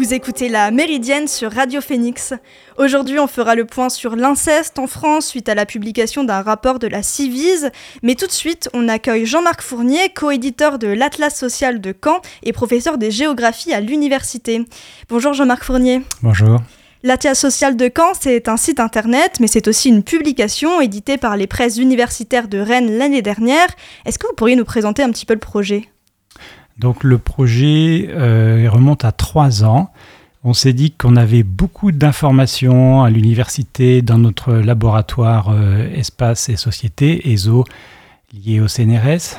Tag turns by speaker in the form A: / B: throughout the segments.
A: Vous écoutez La Méridienne sur Radio Phoenix. Aujourd'hui, on fera le point sur l'inceste en France suite à la publication d'un rapport de la Civise. Mais tout de suite, on accueille Jean-Marc Fournier, coéditeur de l'Atlas social de Caen et professeur de géographie à l'université. Bonjour Jean-Marc Fournier.
B: Bonjour.
A: L'Atlas social de Caen, c'est un site internet, mais c'est aussi une publication éditée par les presses universitaires de Rennes l'année dernière. Est-ce que vous pourriez nous présenter un petit peu le projet ?
B: Donc le projet remonte à 3 ans. On s'est dit qu'on avait beaucoup d'informations à l'université dans notre laboratoire Espace et Société, ESO, lié au CNRS,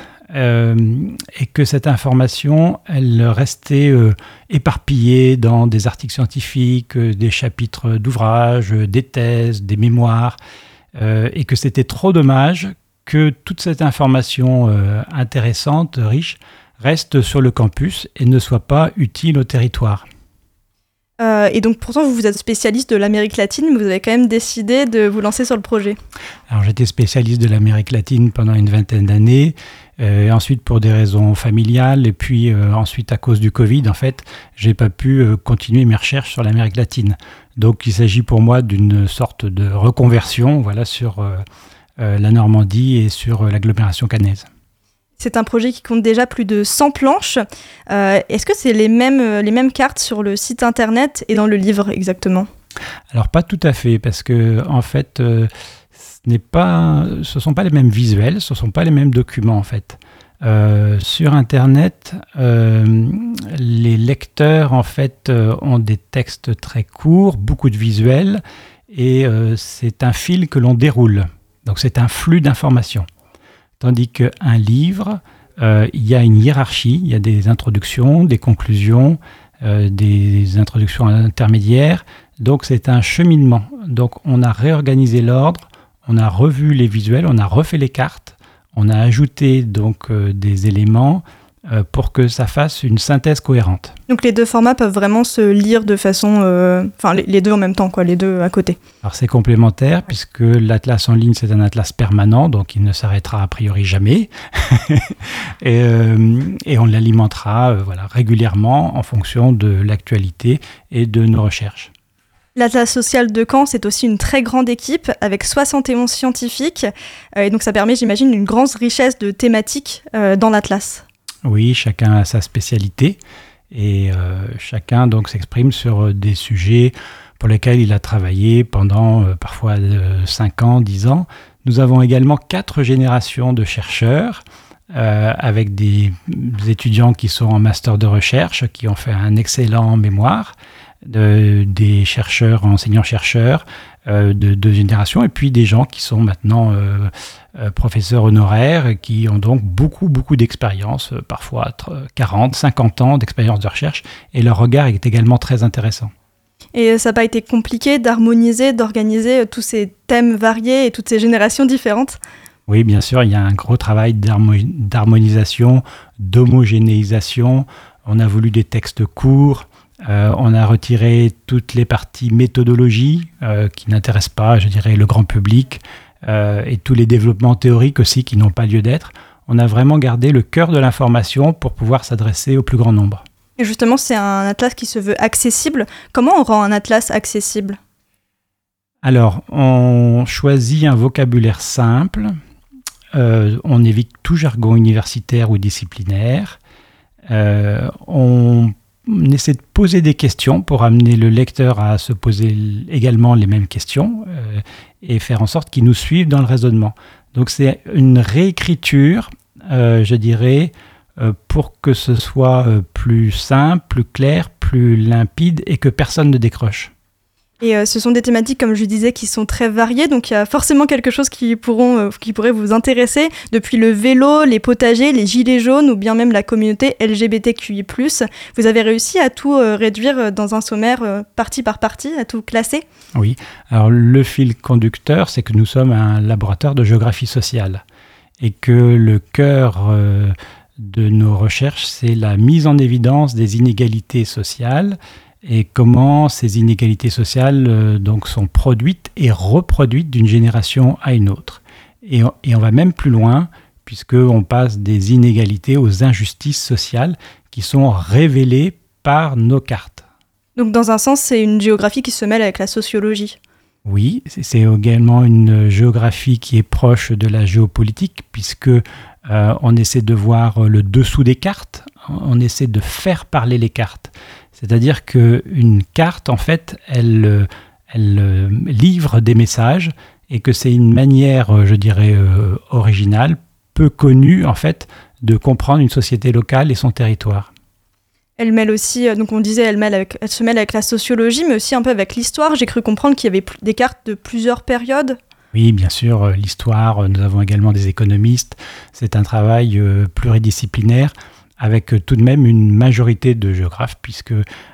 B: et que cette information, elle restait éparpillée dans des articles scientifiques, des chapitres d'ouvrages, des thèses, des mémoires, et que c'était trop dommage que toute cette information intéressante, riche, reste sur le campus et ne soit pas utile au territoire.
A: Et donc pourtant vous êtes spécialiste de l'Amérique latine, mais vous avez quand même décidé de vous lancer sur le projet.
B: Alors j'étais spécialiste de l'Amérique latine pendant une 20aine d'années, ensuite pour des raisons familiales, et puis ensuite à cause du Covid, en fait, j'ai pas pu continuer mes recherches sur l'Amérique latine. Donc il s'agit pour moi d'une sorte de reconversion, voilà, sur la Normandie et sur l'agglomération caennaise.
A: C'est un projet qui compte déjà plus de 100 planches. Est-ce que c'est les mêmes cartes sur le site internet et dans le livre exactement ?
B: Alors pas tout à fait, parce que en fait, ce ne sont pas les mêmes visuels, ce ne sont pas les mêmes documents en fait. Sur internet, les lecteurs en fait ont des textes très courts, beaucoup de visuels, et c'est un fil que l'on déroule. Donc c'est un flux d'informations. Tandis qu'un livre, il y a une hiérarchie, il y a des introductions, des conclusions, des introductions intermédiaires. Donc c'est un cheminement. Donc on a réorganisé l'ordre, on a revu les visuels, on a refait les cartes, on a ajouté donc des éléments pour que ça fasse une synthèse cohérente.
A: Donc les deux formats peuvent vraiment se lire de façon... les deux en même temps, quoi, les deux à côté.
B: Alors c'est complémentaire puisque l'atlas en ligne c'est un atlas permanent, donc il ne s'arrêtera a priori jamais. et on l'alimentera régulièrement en fonction de l'actualité et de nos recherches.
A: L'Atlas social de Caen, c'est aussi une très grande équipe avec 71 scientifiques. Et donc ça permet, j'imagine, une grande richesse de thématiques dans l'atlas.
B: Oui, chacun a sa spécialité et chacun donc s'exprime sur des sujets pour lesquels il a travaillé pendant parfois 5 ans, 10 ans. Nous avons également 4 générations de chercheurs avec des étudiants qui sont en master de recherche, qui ont fait un excellent mémoire, des chercheurs, enseignants-chercheurs de 2 générations, et puis des gens qui sont maintenant professeurs honoraires, qui ont donc beaucoup d'expérience, parfois 40, 50 ans d'expérience de recherche, et leur regard est également très intéressant.
A: Et ça n'a pas été compliqué d'harmoniser, d'organiser tous ces thèmes variés et toutes ces générations différentes ?
B: Oui, bien sûr, il y a un gros travail d'harmonisation, d'homogénéisation. On a voulu des textes courts. On a retiré toutes les parties méthodologie qui n'intéressent pas, je dirais, le grand public et tous les développements théoriques aussi qui n'ont pas lieu d'être. On a vraiment gardé le cœur de l'information pour pouvoir s'adresser au plus grand nombre.
A: Et justement, c'est un atlas qui se veut accessible. Comment on rend un atlas accessible ?
B: Alors, on choisit un vocabulaire simple. On évite tout jargon universitaire ou disciplinaire. On essaie de poser des questions pour amener le lecteur à se poser également les mêmes questions et faire en sorte qu'il nous suive dans le raisonnement. Donc c'est une réécriture, je dirais, pour que ce soit plus simple, plus clair, plus limpide et que personne ne décroche.
A: Et ce sont des thématiques, comme je disais, qui sont très variées, donc il y a forcément quelque chose qui pourrait vous intéresser, depuis le vélo, les potagers, les gilets jaunes, ou bien même la communauté LGBTQI+. Vous avez réussi à tout réduire dans un sommaire partie par partie, à tout classer ?
B: Oui, alors le fil conducteur, c'est que nous sommes un laboratoire de géographie sociale, et que le cœur de nos recherches, c'est la mise en évidence des inégalités sociales, et comment ces inégalités sociales donc sont produites et reproduites d'une génération à une autre. Et on va même plus loin, puisqu'on passe des inégalités aux injustices sociales qui sont révélées par nos cartes.
A: Donc dans un sens, c'est une géographie qui se mêle avec la sociologie.
B: Oui, c'est également une géographie qui est proche de la géopolitique, puisque on essaie de voir le dessous des cartes, on essaie de faire parler les cartes. C'est-à-dire qu'une carte, en fait, elle livre des messages, et que c'est une manière, je dirais, originale, peu connue, en fait, de comprendre une société locale et son territoire.
A: Elle mêle aussi, donc on disait, elle se mêle avec la sociologie, mais aussi un peu avec l'histoire. J'ai cru comprendre qu'il y avait des cartes de plusieurs périodes.
B: Oui, bien sûr, l'histoire, nous avons également des économistes. C'est un travail pluridisciplinaire avec tout de même une majorité de géographes, puisque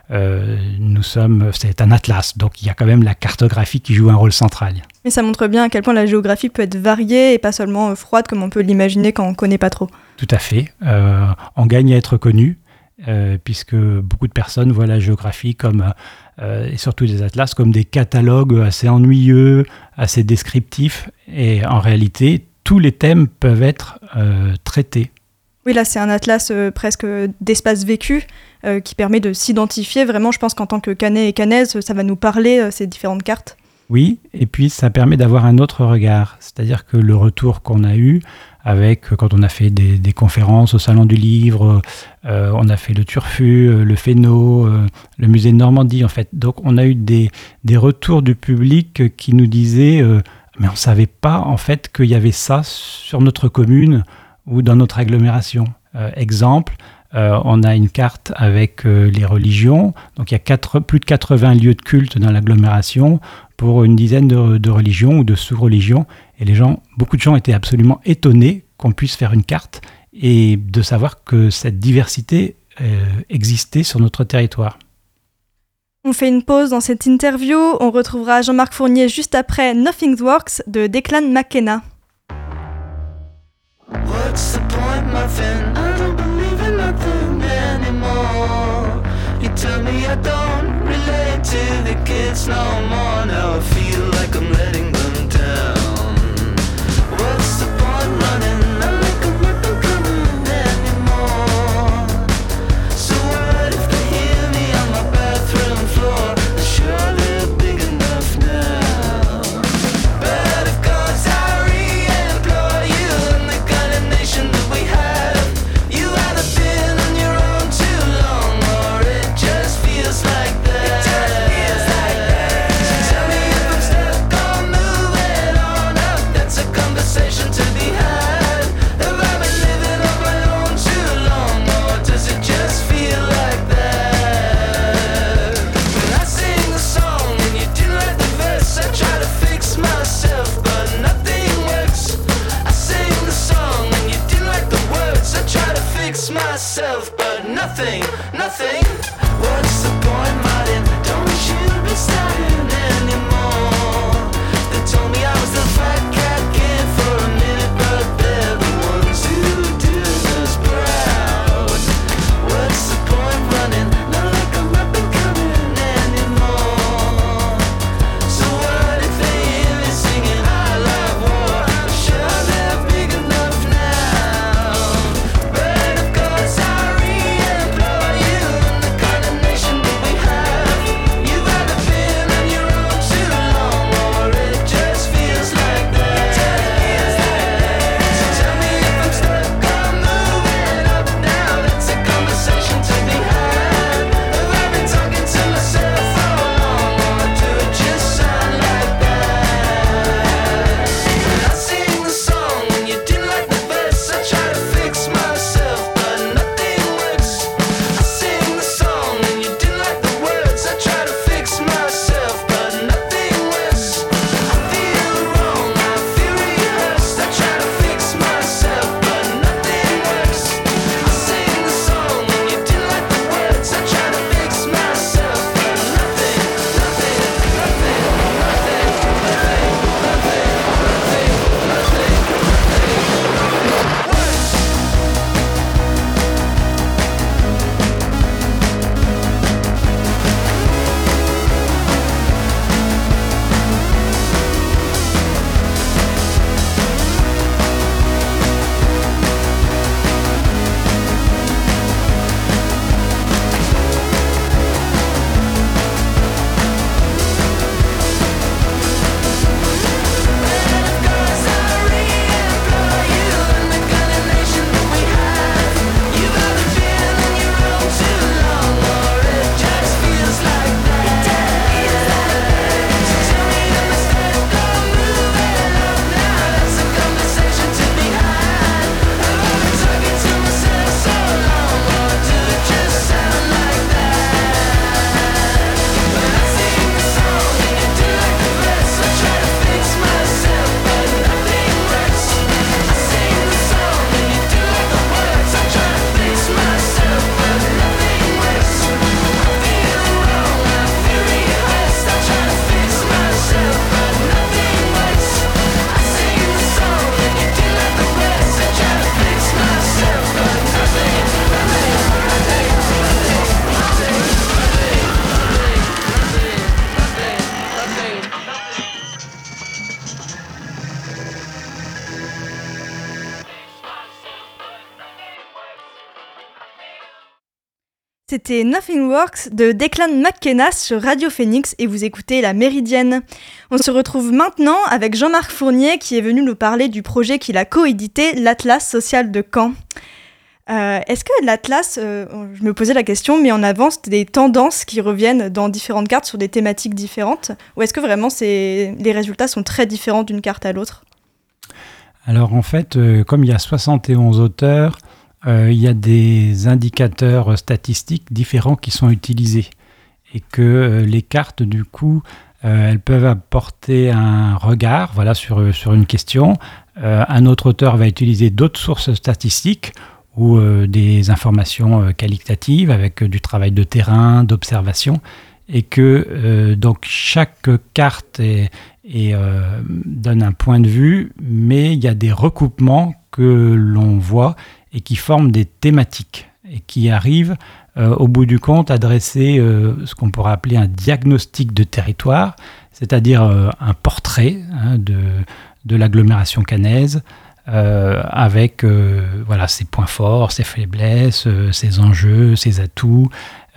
B: c'est un atlas, donc il y a quand même la cartographie qui joue un rôle central.
A: Mais ça montre bien à quel point la géographie peut être variée et pas seulement froide comme on peut l'imaginer quand on ne connaît pas trop.
B: Tout à fait, on gagne à être connu, puisque beaucoup de personnes voient la géographie comme, et surtout les atlas, comme des catalogues assez ennuyeux, assez descriptifs, et en réalité, tous les thèmes peuvent être traités.
A: Oui, là, c'est un atlas presque d'espace vécu qui permet de s'identifier. Vraiment, je pense qu'en tant que Canet et Canaise, ça va nous parler, ces différentes cartes.
B: Oui, et puis ça permet d'avoir un autre regard. C'est-à-dire que le retour qu'on a eu quand on a fait des conférences au Salon du Livre, on a fait le Turfu, le Féno, le musée de Normandie, en fait. Donc, on a eu des retours du public qui nous disaient mais on ne savait pas, en fait, qu'il y avait ça sur notre commune ou dans notre agglomération. Exemple, on a une carte avec les religions. Donc, il y a plus de 80 lieux de culte dans l'agglomération pour une dizaine de religions ou de sous-religions. Et beaucoup de gens étaient absolument étonnés qu'on puisse faire une carte et de savoir que cette diversité existait sur notre territoire.
A: On fait une pause dans cette interview. On retrouvera Jean-Marc Fournier juste après Nothing Works de Declan McKenna.
C: What's the point, muffin? I don't believe in nothing anymore. You tell me I don't relate to the kids no more. Now I feel like I'm letting them down. What's the point running? I make them not coming anymore. So what if they hear me on my bathroom floor? Sure they're big enough now. But if God's Harry and employ you and the kind of nation that we have, you haven't been on your own too long, or it just feels like that. It just feels like that.
A: C'était Nothing Works de Declan McKenna sur Radio Phoenix et vous écoutez La Méridienne. On se retrouve maintenant avec Jean-Marc Fournier qui est venu nous parler du projet qu'il a coédité, l'Atlas social de Caen. Est-ce que l'Atlas, je me posais la question, met en avant des tendances qui reviennent dans différentes cartes sur des thématiques différentes, ou est-ce que vraiment les résultats sont très différents d'une carte à l'autre ?
B: Alors en fait, comme il y a 71 auteurs, il y a des indicateurs statistiques différents qui sont utilisés et que les cartes, du coup, elles peuvent apporter un regard sur une question. Un autre auteur va utiliser d'autres sources statistiques ou des informations qualitatives avec du travail de terrain, d'observation, et que donc chaque carte donne un point de vue, mais il y a des recoupements que l'on voit et qui forment des thématiques et qui arrivent au bout du compte à dresser ce qu'on pourrait appeler un diagnostic de territoire, c'est-à-dire un portrait de l'agglomération caennaise avec ses points forts, ses faiblesses, ses enjeux, ses atouts.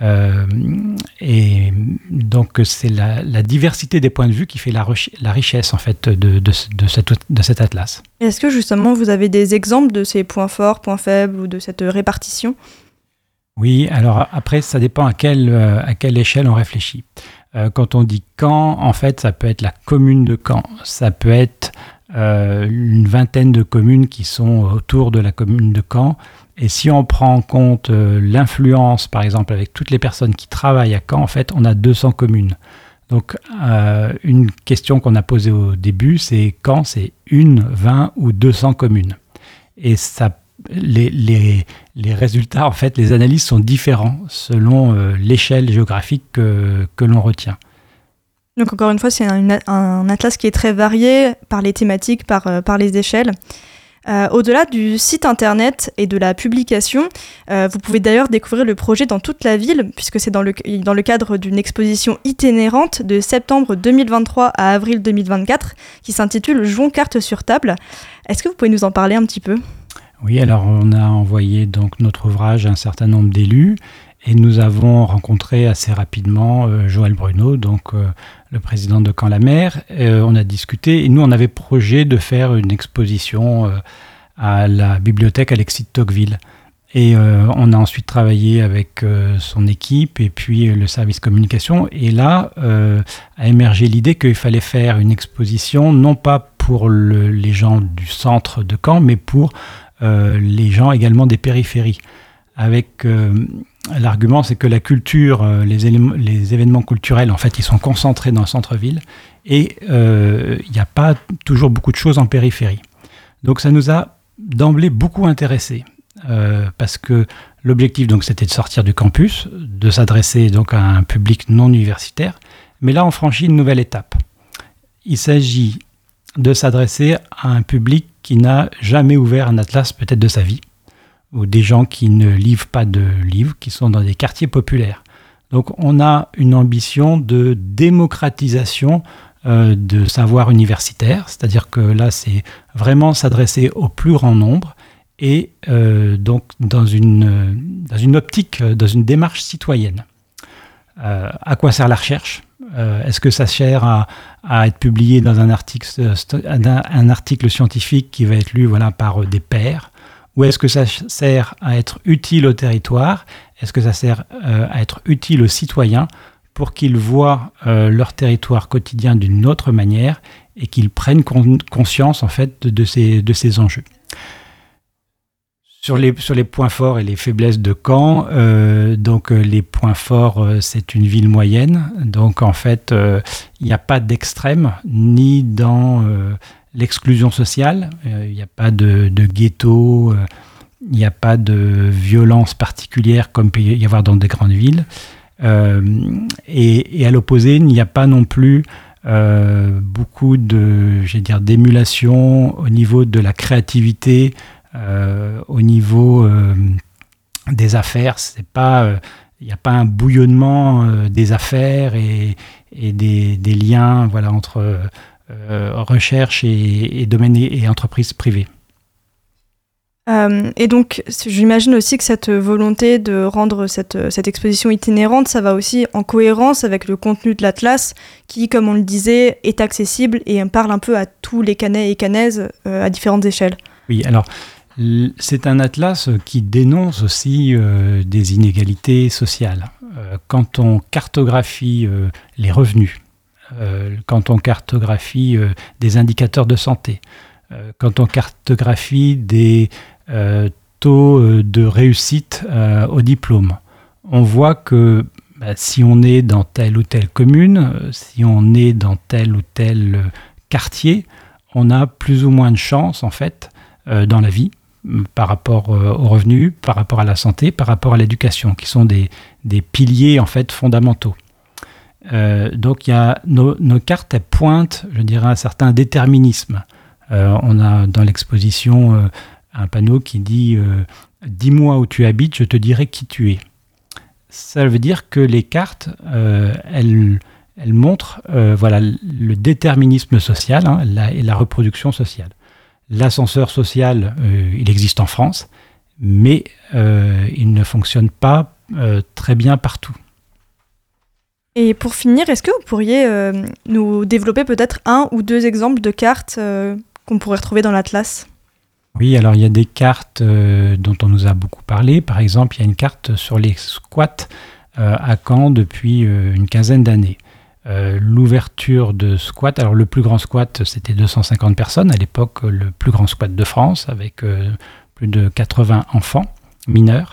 B: Et donc c'est la diversité des points de vue qui fait la richesse en fait de cet atlas.
A: Est-ce que justement vous avez des exemples de ces points forts, points faibles ou de cette répartition ?
B: Oui, alors après ça dépend à quelle échelle on réfléchit. Quand on dit Caen, en fait ça peut être la commune de Caen, ça peut être une vingtaine de communes qui sont autour de la commune de Caen. Et si on prend en compte l'influence, par exemple, avec toutes les personnes qui travaillent à Caen, en fait, on a 200 communes. Donc, une question qu'on a posée au début, c'est Caen, c'est 1, 20 ou 200 communes. Et les résultats, en fait, les analyses sont différents selon l'échelle géographique que l'on retient.
A: Donc, encore une fois, c'est un atlas qui est très varié par les thématiques, par les échelles. Au-delà du site internet et de la publication, vous pouvez d'ailleurs découvrir le projet dans toute la ville, puisque c'est dans le cadre d'une exposition itinérante de septembre 2023 à avril 2024, qui s'intitule « Jouons cartes sur table ». Est-ce que vous pouvez nous en parler un petit peu ?
B: Oui, alors on a envoyé donc notre ouvrage à un certain nombre d'élus, et nous avons rencontré assez rapidement Joël Bruno, donc le président de Caen-la-Mer. On a discuté et nous, on avait projet de faire une exposition à la bibliothèque Alexis de Tocqueville. Et on a ensuite travaillé avec son équipe et puis le service communication. Et là, a émergé l'idée qu'il fallait faire une exposition, non pas pour les gens du centre de Caen, mais pour les gens également des périphéries. Avec l'argument, c'est que la culture, les événements culturels, en fait, ils sont concentrés dans le centre-ville et il n'y a pas toujours beaucoup de choses en périphérie. Donc ça nous a d'emblée beaucoup intéressés parce que l'objectif, donc, c'était de sortir du campus, de s'adresser donc à un public non universitaire, mais là, on franchit une nouvelle étape. Il s'agit de s'adresser à un public qui n'a jamais ouvert un atlas peut-être de sa vie, ou des gens qui ne livrent pas de livres, qui sont dans des quartiers populaires. Donc on a une ambition de démocratisation de savoir universitaire, c'est-à-dire que là c'est vraiment s'adresser au plus grand nombre et donc dans une optique, dans une démarche citoyenne. À quoi sert la recherche ? Est-ce que ça sert à être publié dans un article scientifique qui va être lu par des pairs ? Ou est-ce que ça sert à être utile au territoire ? Est-ce que ça sert à être utile aux citoyens pour qu'ils voient leur territoire quotidien d'une autre manière et qu'ils prennent conscience en fait de ces enjeux ? Sur les points forts et les faiblesses de Caen, donc les points forts, c'est une ville moyenne. Donc en fait, il n'y a pas d'extrême, ni dans l'exclusion sociale, il n'y a pas de ghetto, il n'y a pas de violence particulière comme peut y avoir dans des grandes villes. Et à l'opposé, il n'y a pas non plus beaucoup d'émulation au niveau de la créativité, au niveau des affaires. Il n'y a pas un bouillonnement des affaires et des liens entre recherche et domaine et entreprise privée.
A: Et donc, j'imagine aussi que cette volonté de rendre cette exposition itinérante, ça va aussi en cohérence avec le contenu de l'Atlas, qui, comme on le disait, est accessible et parle un peu à tous les Canais et Canaises à différentes échelles.
B: Oui, alors, c'est un atlas qui dénonce aussi des inégalités sociales. Quand on cartographie les revenus, quand on cartographie des indicateurs de santé, quand on cartographie des taux de réussite au diplôme, on voit que si on est dans telle ou telle commune, si on est dans tel ou tel quartier, on a plus ou moins de chance en fait dans la vie par rapport aux revenus, par rapport à la santé, par rapport à l'éducation, qui sont des piliers en fait fondamentaux. Donc il y a nos cartes, elles pointent, je dirais, un certain déterminisme. On a dans l'exposition un panneau qui dit « Dis-moi où tu habites, je te dirai qui tu es ». Ça veut dire que les cartes, elles montrent le déterminisme social et la reproduction sociale. L'ascenseur social, il existe en France, mais il ne fonctionne pas très bien partout.
A: Et pour finir, est-ce que vous pourriez nous développer peut-être 1 ou 2 exemples de cartes qu'on pourrait retrouver dans l'Atlas ?
B: Oui, alors il y a des cartes dont on nous a beaucoup parlé. Par exemple, il y a une carte sur les squats à Caen depuis une quinzaine d'années. L'ouverture de squat, alors le plus grand squat c'était 250 personnes, à l'époque le plus grand squat de France avec plus de 80 enfants mineurs.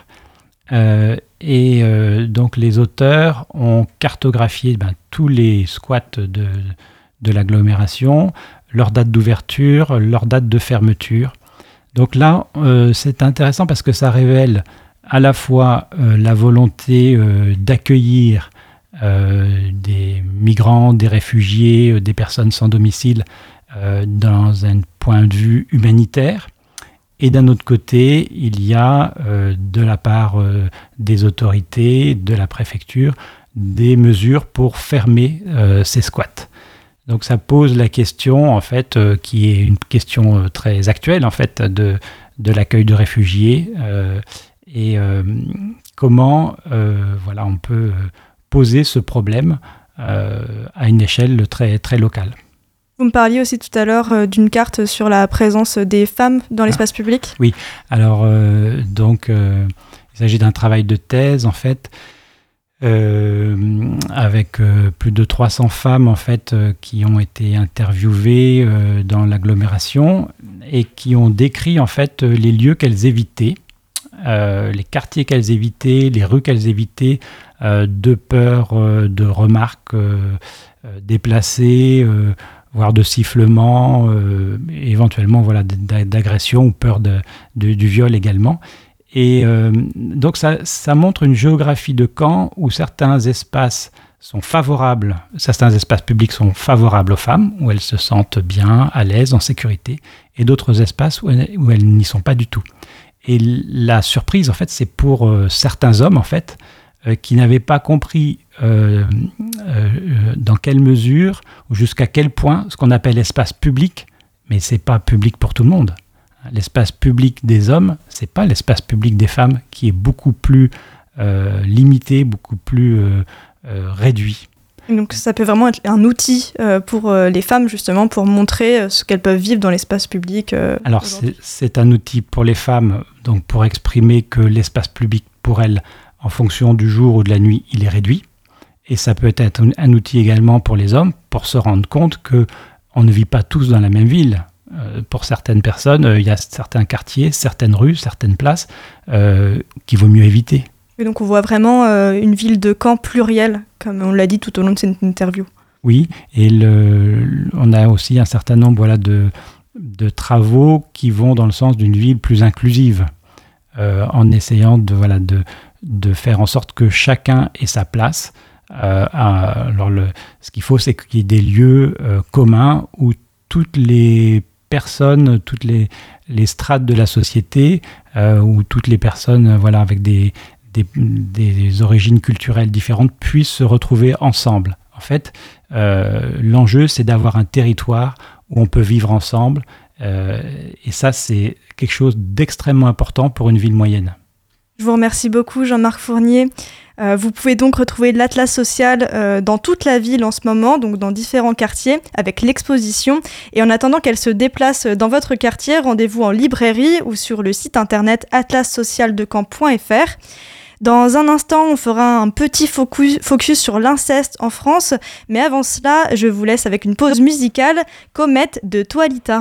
B: Donc les auteurs ont cartographié tous les squats de l'agglomération, leur date d'ouverture, leur date de fermeture. Donc là, c'est intéressant parce que ça révèle à la fois la volonté d'accueillir des migrants, des réfugiés, des personnes sans domicile dans un point de vue humanitaire. Et d'un autre côté, il y a de la part des autorités, de la préfecture, des mesures pour fermer ces squats. Donc ça pose la question, en fait, qui est une question très actuelle, en fait, de l'accueil de réfugiés comment on peut poser ce problème à une échelle très, très locale.
A: Vous me parliez aussi tout à l'heure d'une carte sur la présence des femmes dans l'espace public.
B: Oui, alors il s'agit d'un travail de thèse, en fait, avec plus de 300 femmes en fait qui ont été interviewées dans l'agglomération et qui ont décrit en fait les lieux qu'elles évitaient, les quartiers qu'elles évitaient, les rues qu'elles évitaient de peur de remarques déplacées, voire de sifflements, éventuellement d'agression ou peur du viol également. Et donc ça montre une géographie de Caen où certains espaces sont favorables, certains espaces publics sont favorables aux femmes, où elles se sentent bien, à l'aise, en sécurité, et d'autres espaces où elles n'y sont pas du tout. Et la surprise, en fait, c'est pour certains hommes, en fait, qui n'avaient pas compris dans quelle mesure ou jusqu'à quel point ce qu'on appelle espace public, mais c'est pas public pour tout le monde. L'espace public des hommes, c'est pas l'espace public des femmes qui est beaucoup plus limité, beaucoup plus réduit.
A: Donc ça peut vraiment être un outil pour les femmes justement pour montrer ce qu'elles peuvent vivre dans l'espace public.
B: Alors c'est un outil pour les femmes, donc pour exprimer que l'espace public pour elles, en fonction du jour ou de la nuit, il est réduit. Et ça peut être un outil également pour les hommes pour se rendre compte qu'on ne vit pas tous dans la même ville. Pour certaines personnes, il y a certains quartiers, certaines rues, certaines places qu'il vaut mieux éviter.
A: Et donc on voit vraiment une ville de Caen plurielle, comme on l'a dit tout au long de cette interview.
B: Oui, et on a aussi un certain nombre de travaux qui vont dans le sens d'une ville plus inclusive, en essayant de faire en sorte que chacun ait sa place. Alors ce qu'il faut, c'est qu'il y ait des lieux communs où toutes les personnes, toutes les strates de la société, où toutes les personnes avec des origines culturelles différentes puissent se retrouver ensemble. En fait, l'enjeu, c'est d'avoir un territoire où on peut vivre ensemble Et ça, c'est quelque chose d'extrêmement important pour une ville moyenne.
A: Je vous remercie beaucoup, Jean-Marc Fournier. Vous pouvez donc retrouver l'Atlas social dans toute la ville en ce moment, donc dans différents quartiers, avec l'exposition. Et en attendant qu'elle se déplace dans votre quartier, rendez-vous en librairie ou sur le site internet atlassocialdecaen.fr. Dans un instant, on fera un petit focus sur l'inceste en France, mais avant cela, je vous laisse avec une pause musicale, Comète de Toalita.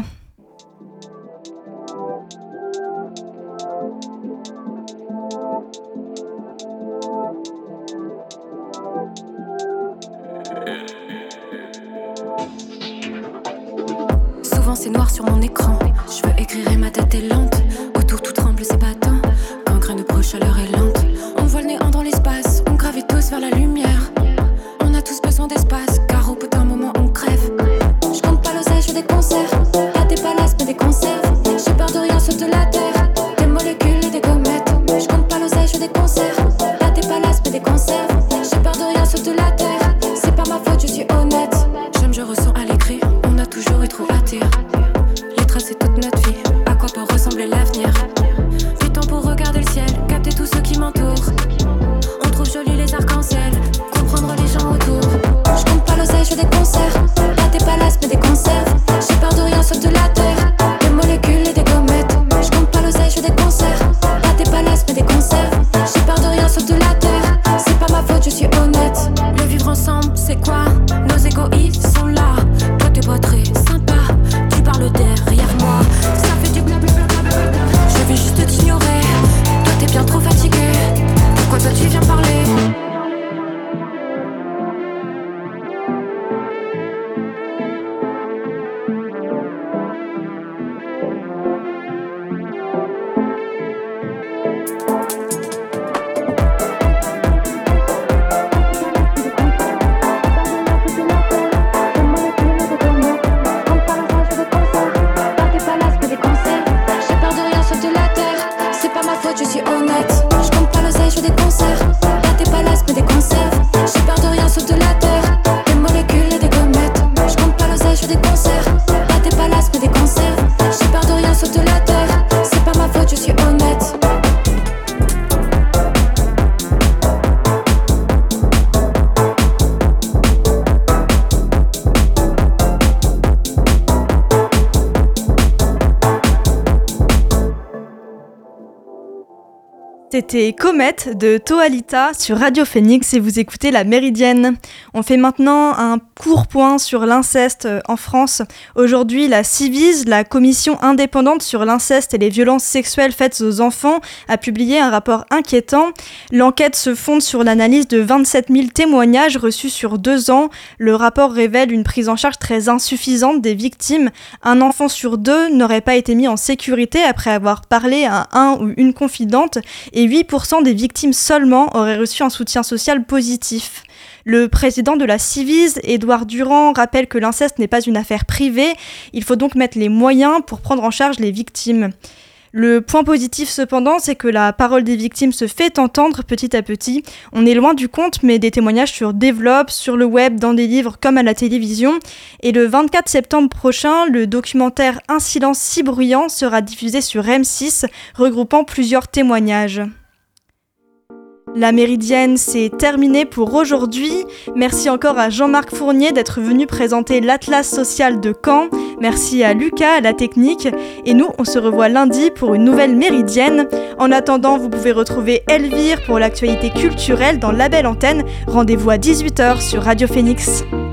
D: Souvent c'est noir sur mon écran, je veux écrire et ma tête est lente, autour tout tremble, c'est battant, quand graine proche, chaleur est lente. On voit le néant dans l'espace, on gravite tous vers la lumière. On a tous besoin d'espace, car au bout d'un moment on crève. Je compte pas l'oseille, je fais des concerts, pas des palaces mais des conserves. J'ai peur de rien sauf de la terre, des molécules et des comètes. Je compte pas l'oseille, je fais des concerts, pas des palaces mais des conserves. J'ai peur de rien sauf de la terre, c'est pas ma faute, je suis honnête. J'aime, je ressens à l'écrit, on a toujours eu trop à dire. Les traces c'est toute notre vie, à quoi peut ressembler l'avenir. Du temps pour regarder le ciel, capter tous ceux qui m'entourent. On trouve jolis les arcs-en-ciel, comprendre les gens autour. Je compte pas l'oseille, je fais des concerts, pas des palaces mais des conserves. J'ai peur de rien sauf de la terre, des molécules et des comètes. Je compte pas l'oseille, je fais des concerts, pas des palaces mais des conserves. J'ai peur de rien sauf de la terre, c'est pas ma faute, je suis honnête. Le vivre ensemble, c'est quoi? Nos égoïstes sont là. Toi t'es pas très sympa, tu parles derrière moi. Ça fait du blablabla. Je vais juste t'ignorer, toi t'es bien trop fatigué. Pourquoi toi tu viens parler? Je suis honnête, je compte pas l'oseille, je fais des concerts, pas des palaces mais des conserves. J'ai peur de rien sauf de la terre, des molécules et des comètes. Je compte pas l'oseille, je fais des concerts, pas des palaces mais des conserves. J'ai peur de rien sauf de la terre, c'est pas ma faute, je suis honnête.
A: C'était Comète de Toalita sur Radio Phoenix et vous écoutez La Méridienne. On fait maintenant un court point sur l'inceste en France. Aujourd'hui, la Ciivise, la commission indépendante sur l'inceste et les violences sexuelles faites aux enfants, a publié un rapport inquiétant. L'enquête se fonde sur l'analyse de 27 000 témoignages reçus sur 2 ans. Le rapport révèle une prise en charge très insuffisante des victimes. Un enfant sur 2 n'aurait pas été mis en sécurité après avoir parlé à un ou une confidente et 8% des victimes seulement auraient reçu un soutien social positif. Le président de la Ciivise, Édouard Durand, rappelle que l'inceste n'est pas une affaire privée, il faut donc mettre les moyens pour prendre en charge les victimes. Le point positif cependant, c'est que la parole des victimes se fait entendre petit à petit. On est loin du compte, mais des témoignages se développent sur le web, dans des livres comme à la télévision. Et le 24 septembre prochain, le documentaire Un silence si bruyant sera diffusé sur M6, regroupant plusieurs témoignages. La Méridienne, c'est terminé pour aujourd'hui. Merci encore à Jean-Marc Fournier d'être venu présenter l'Atlas social de Caen. Merci à Lucas à la technique. Et nous, on se revoit lundi pour une nouvelle Méridienne. En attendant, vous pouvez retrouver Elvire pour l'actualité culturelle dans La Belle Antenne. Rendez-vous à 18h sur Radio Phoenix.